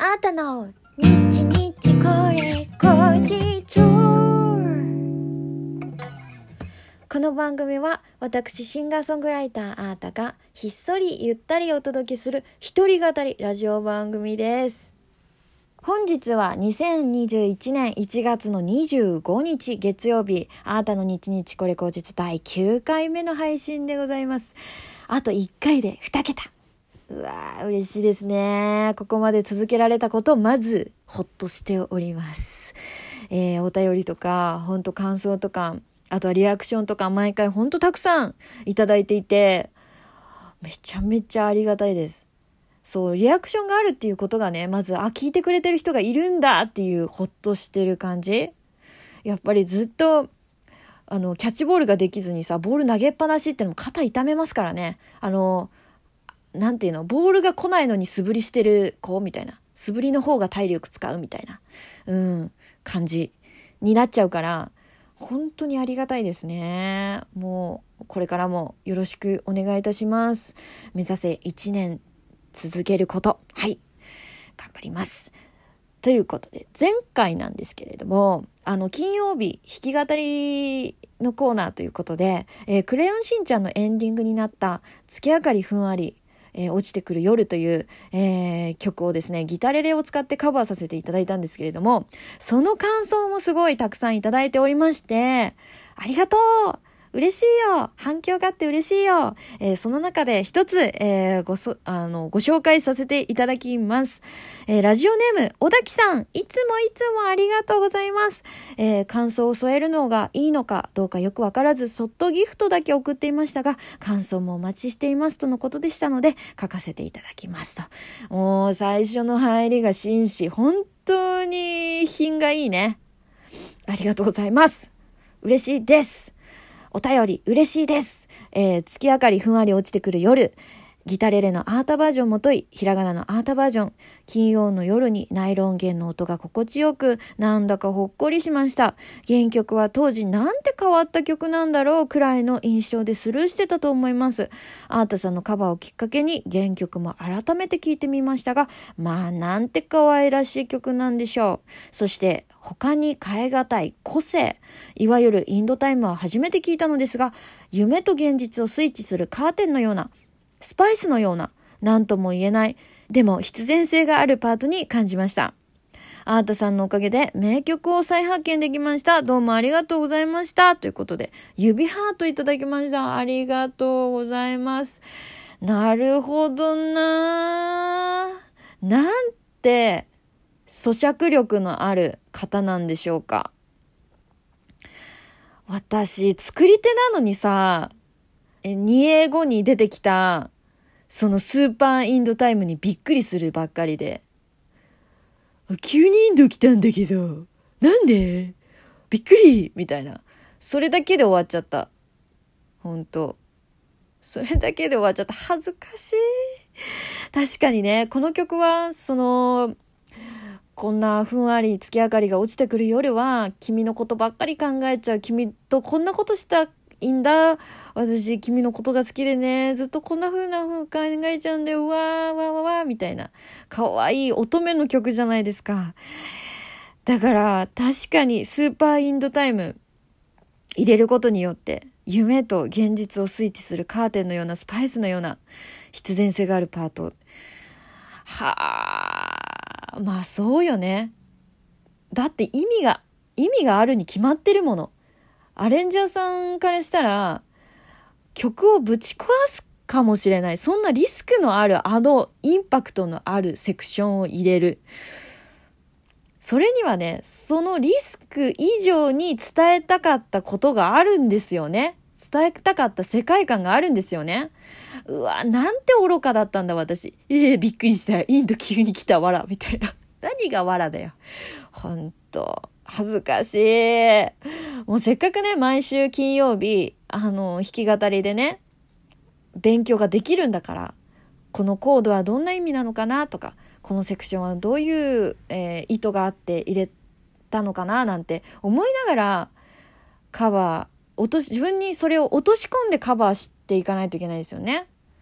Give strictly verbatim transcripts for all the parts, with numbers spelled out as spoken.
あなたの日日これ後日。この番組は私シンガーソングライターあーたがひっそりゆったりお届けする一人語りラジオ番組です。本日はにせんにじゅういちねんいちがつのにじゅうごにち月曜日、あーたの日日これ後日だいきゅうかいめの配信でございます。あといっかいでにけた。うわー嬉しいですね。ここまで続けられたこと、まずほっとしております。えー、お便りとかほんと感想とか、あとはリアクションとか毎回ほんとたくさんいただいていて、めちゃめちゃありがたいです。そう、リアクションがあるっていうことがね、まずあ聞いてくれてる人がいるんだっていうほっとしてる感じ。やっぱりずっとあのキャッチボールができずにさ、ボール投げっぱなしってのも肩痛めますからね。あのなんていうの、ボールが来ないのに素振りしてる子みたいな、素振りの方が体力使うみたいなうん感じになっちゃうから、本当にありがたいですね。もうこれからもよろしくお願いいたします。目指せいちねん続けること、はい頑張ります。ということで前回なんですけれども、あの金曜日弾き語りのコーナーということで、えー、クレヨンしんちゃんのエンディングになった月明かりふんわり、えー、落ちてくる夜という、えー、曲をですね、ギタレレを使ってカバーさせていただいたんですけれども、その感想もすごいたくさんいただいておりまして、ありがとう、嬉しいよ、反響があって嬉しいよ。えー、その中で一つ、えー、ごそあのご紹介させていただきます。えー、ラジオネーム小滝さん、いつもいつもありがとうございます。えー、感想を添えるのがいいのかどうかよくわからず、そっとギフトだけ送っていましたが、感想もお待ちしていますとのことでしたので書かせていただきますと。もう最初の入りが紳士、本当に品がいいね。ありがとうございます。嬉しいです。お便り嬉しいです。えー、月明かりふんわり落ちてくる夜、ギタレレのアータバージョンもとい、ひらがなのアータバージョン、金曜の夜にナイロン弦の音が心地よく、なんだかほっこりしました。原曲は当時なんて変わった曲なんだろうくらいの印象でスルーしてたと思います。アータさんのカバーをきっかけに原曲も改めて聴いてみましたが、まあなんて可愛らしい曲なんでしょう。そして他に変え難い個性、いわゆるインドタイムは初めて聞いたのですが、夢と現実をスイッチするカーテンのような、スパイスのような、何とも言えない、でも必然性があるパートに感じました。あーたさんのおかげで名曲を再発見できました。どうもありがとうございました。ということで、指ハートいただきました。ありがとうございます。なるほどな。なんて咀嚼力のある方なんでしょうか。私、作り手なのにさ、に英語に出てきたそのスーパーインドタイムにびっくりするばっかりで、急にインド来たんだけどなんでびっくりみたいな、それだけで終わっちゃった。ほんとそれだけで終わっちゃった。恥ずかしい。確かにね、この曲はそのこんなふんわり月明かりが落ちてくる夜は君のことばっかり考えちゃう、君とこんなことしたいいんだ、私君のことが好きでね、ずっとこんな風な風考えちゃうんだよ、うわーわーわーわーみたいな可愛い乙女の曲じゃないですか。だから確かにスーパーインドタイム入れることによって夢と現実をスイッチするカーテンのような、スパイスのような必然性があるパート。はあ、まあそうよね。だって意味が意味があるに決まってるもの。アレンジャーさんからしたら曲をぶち壊すかもしれない、そんなリスクのある、あのインパクトのあるセクションを入れる。それにはね、そのリスク以上に伝えたかったことがあるんですよね。伝えたかった世界観があるんですよね。うわ、なんて愚かだったんだ私。ええー、びっくりした。インド急に来たわらみたいな。何がわらだよ。ほんと恥ずかしい。もうせっかくね、毎週金曜日あの弾き語りでね勉強ができるんだから、このコードはどんな意味なのかなとか、このセクションはどういう、えー、意図があって入れたのかななんて思いながらカバー落とし自分にそれを落とし込んでカバーしていかないといけないですよね。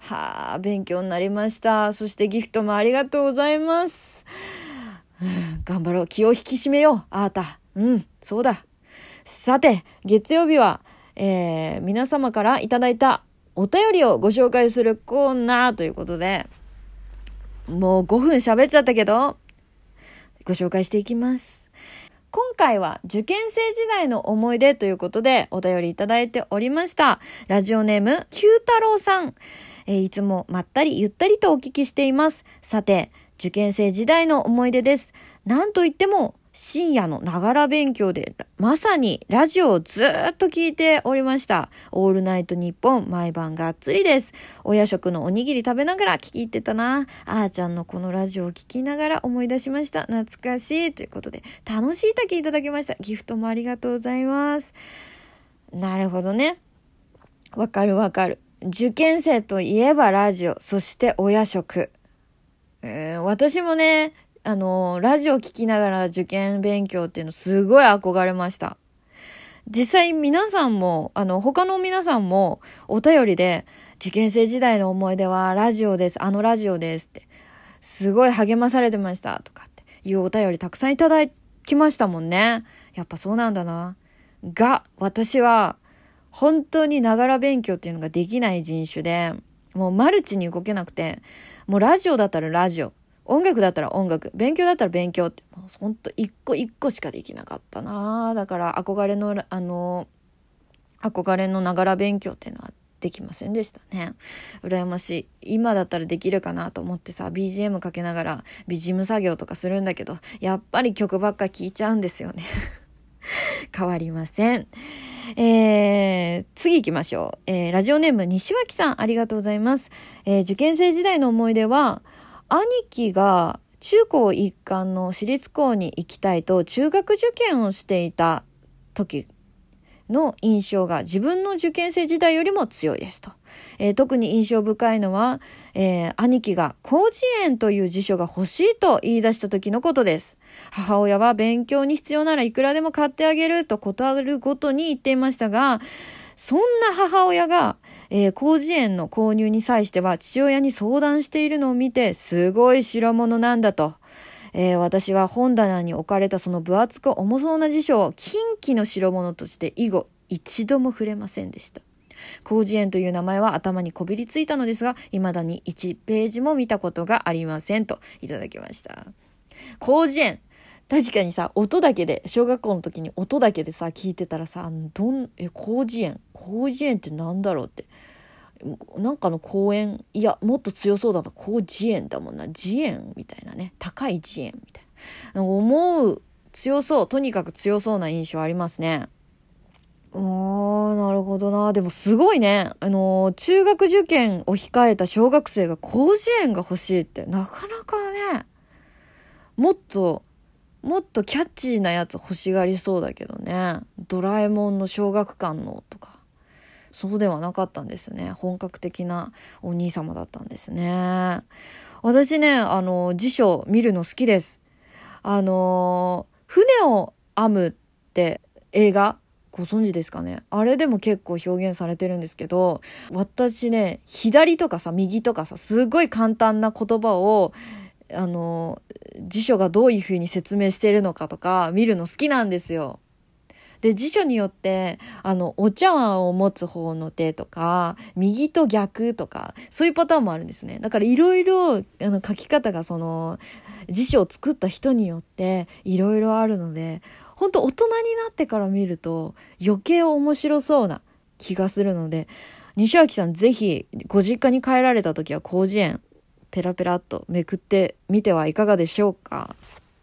はあ、勉強になりました。そしてギフトもありがとうございます。うん、頑張ろう。気を引き締めよう、あーた。うん、そうだ。さて、月曜日は、えー、皆様からいただいたお便りをご紹介するコーナーということで、もうごふん喋っちゃったけど、ご紹介していきます。今回は受験生時代の思い出ということでお便りいただいておりました。ラジオネーム、九太郎さん。えー、いつもまったりゆったりとお聞きしています。さて、受験生時代の思い出です。なんといっても、深夜のながら勉強でまさにラジオをずーっと聞いておりました。オールナイトニッポン毎晩がっつりです。お夜食のおにぎり食べながら聞き入ってたな。あーちゃんのこのラジオを聞きながら思い出しました。懐かしいということで楽しい竹いただきました。ギフトもありがとうございます。なるほどね。わかるわかる。受験生といえばラジオ、そしてお夜食。えー、私もね、あの、ラジオ聞きながら受験勉強っていうのすごい憧れました。実際皆さんも、あの、他の皆さんもお便りで、受験生時代の思い出はラジオです、あのラジオですって、すごい励まされてましたとかっていうお便りたくさんいただきましたもんね。やっぱそうなんだな。が、私は本当にながら勉強っていうのができない人種で、もうマルチに動けなくて、もうラジオだったらラジオ、音楽だったら音楽、勉強だったら勉強って、もうほんと一個一個しかできなかったな。だから憧れの、あの、憧れのながら勉強っていうのはできませんでしたね。羨ましい。今だったらできるかなと思ってさ、ビージーエム かけながらビジム作業とかするんだけど、やっぱり曲ばっか聴いちゃうんですよね。変わりません。えー、次行きましょう。えー、ラジオネーム西脇さん、ありがとうございます。えー、受験生時代の思い出は、兄貴が中高一貫の私立校に行きたいと中学受験をしていた時の印象が自分の受験生時代よりも強いですと。えー、特に印象深いのは、えー、兄貴が広辞苑という辞書が欲しいと言い出した時のことです。母親は勉強に必要ならいくらでも買ってあげると断るごとに言っていましたが、そんな母親がえー、広辞苑の購入に際しては父親に相談しているのを見て、すごい代物なんだと。えー、私は本棚に置かれたその分厚く重そうな辞書を近畿の代物として以後一度も触れませんでした。広辞苑という名前は頭にこびりついたのですが、未だにいちページも見たことがありませんといただきました。広辞苑。確かにさ、音だけで、小学校の時に音だけでさ、聞いてたらさ、どん、え、広辞苑広辞苑ってなんだろうって。なんかの公園、いや、もっと強そうだな。広辞苑だもんな。辞苑みたいなね。高い辞苑みたいな。思う、強そう。とにかく強そうな印象ありますね。あー、なるほどな。でもすごいね。あのー、中学受験を控えた小学生が広辞苑が欲しいって、なかなかね、もっと、もっとキャッチーなやつ欲しがりそうだけどね。ドラえもんの小学館のとか。そうではなかったんですね。本格的なお兄様だったんですね。私ね、あの、辞書見るの好きです。あの、船を編むって映画ご存知ですかね。あれでも結構表現されてるんですけど、私ね、左とかさ、右とかさ、すごい簡単な言葉をあの辞書がどういう風に説明しているのかとか見るの好きなんですよ。で、辞書によってあのお茶碗を持つ方の手とか右と逆とかそういうパターンもあるんですね。だからいろいろあの書き方がその辞書を作った人によっていろいろあるので、本当大人になってから見ると余計面白そうな気がするので、西脇さんぜひご実家に帰られた時は広辞苑ペラペラっとめくってみてはいかがでしょうか。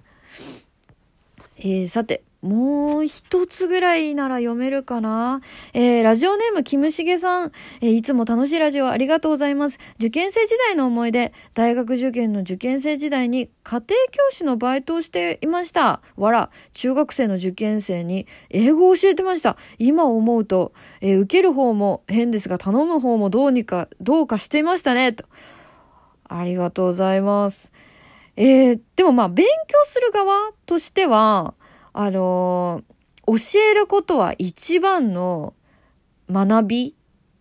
えー、さてもう一つぐらいなら読めるかな。えー、ラジオネームキムシゲさん、えー、いつも楽しいラジオありがとうございます。受験生時代の思い出、大学受験の受験生時代に家庭教師のバイトをしていました。わら、中学生の受験生に英語を教えてました。今思うと、えー、受ける方も変ですが頼む方もどうにかどうかしていましたねと。ありがとうございます。えー、でもまあ勉強する側としてはあのー、教えることは一番の学び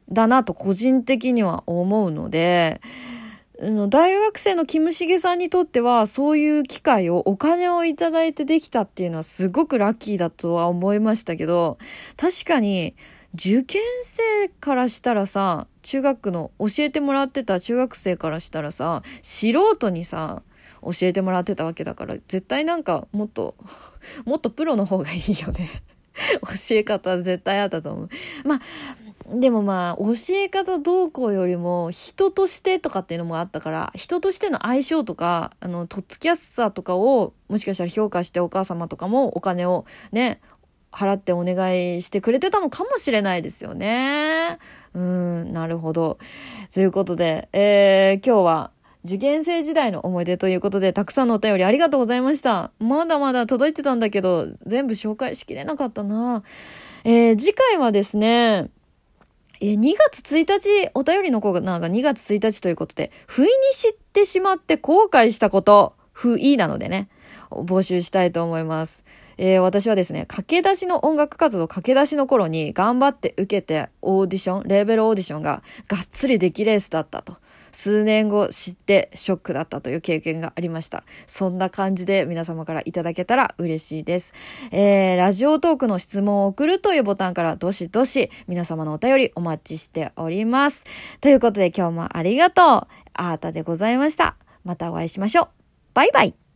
だなと個人的には思うので、大学生のキムシゲさんにとってはそういう機会をお金をいただいてできたっていうのはすごくラッキーだとは思いましたけど、確かに受験生からしたらさ、中学の教えてもらってた中学生からしたらさ、素人にさ教えてもらってたわけだから、絶対なんかもっともっとプロの方がいいよね教え方絶対あったと思う。まあでもまあ教え方どうこうよりも人としてとかっていうのもあったから、人としての相性とかあのとっつきやすさとかをもしかしたら評価して、お母様とかもお金をね払ってお願いしてくれてたのかもしれないですよね。うーん、なるほど。ということで、えー、今日は受験生時代の思い出ということで、たくさんのお便りありがとうございました。まだまだ届いてたんだけど全部紹介しきれなかったな。えー、次回はですね、えー、にがつついたち、お便りのコーナーがにがつついたちということで、不意に知ってしまって後悔したこと、不意なのでね、募集したいと思います。えー、私はですね、駆け出しの音楽活動、駆け出しの頃に頑張って受けてオーディション、レーベルオーディションががっつり出来レースだったと。数年後知ってショックだったという経験がありました。そんな感じで皆様からいただけたら嬉しいです。えー、ラジオトークの質問を送るというボタンからどしどし皆様のお便りお待ちしております。ということで今日もありがとう。あーたでございました。またお会いしましょう。バイバイ。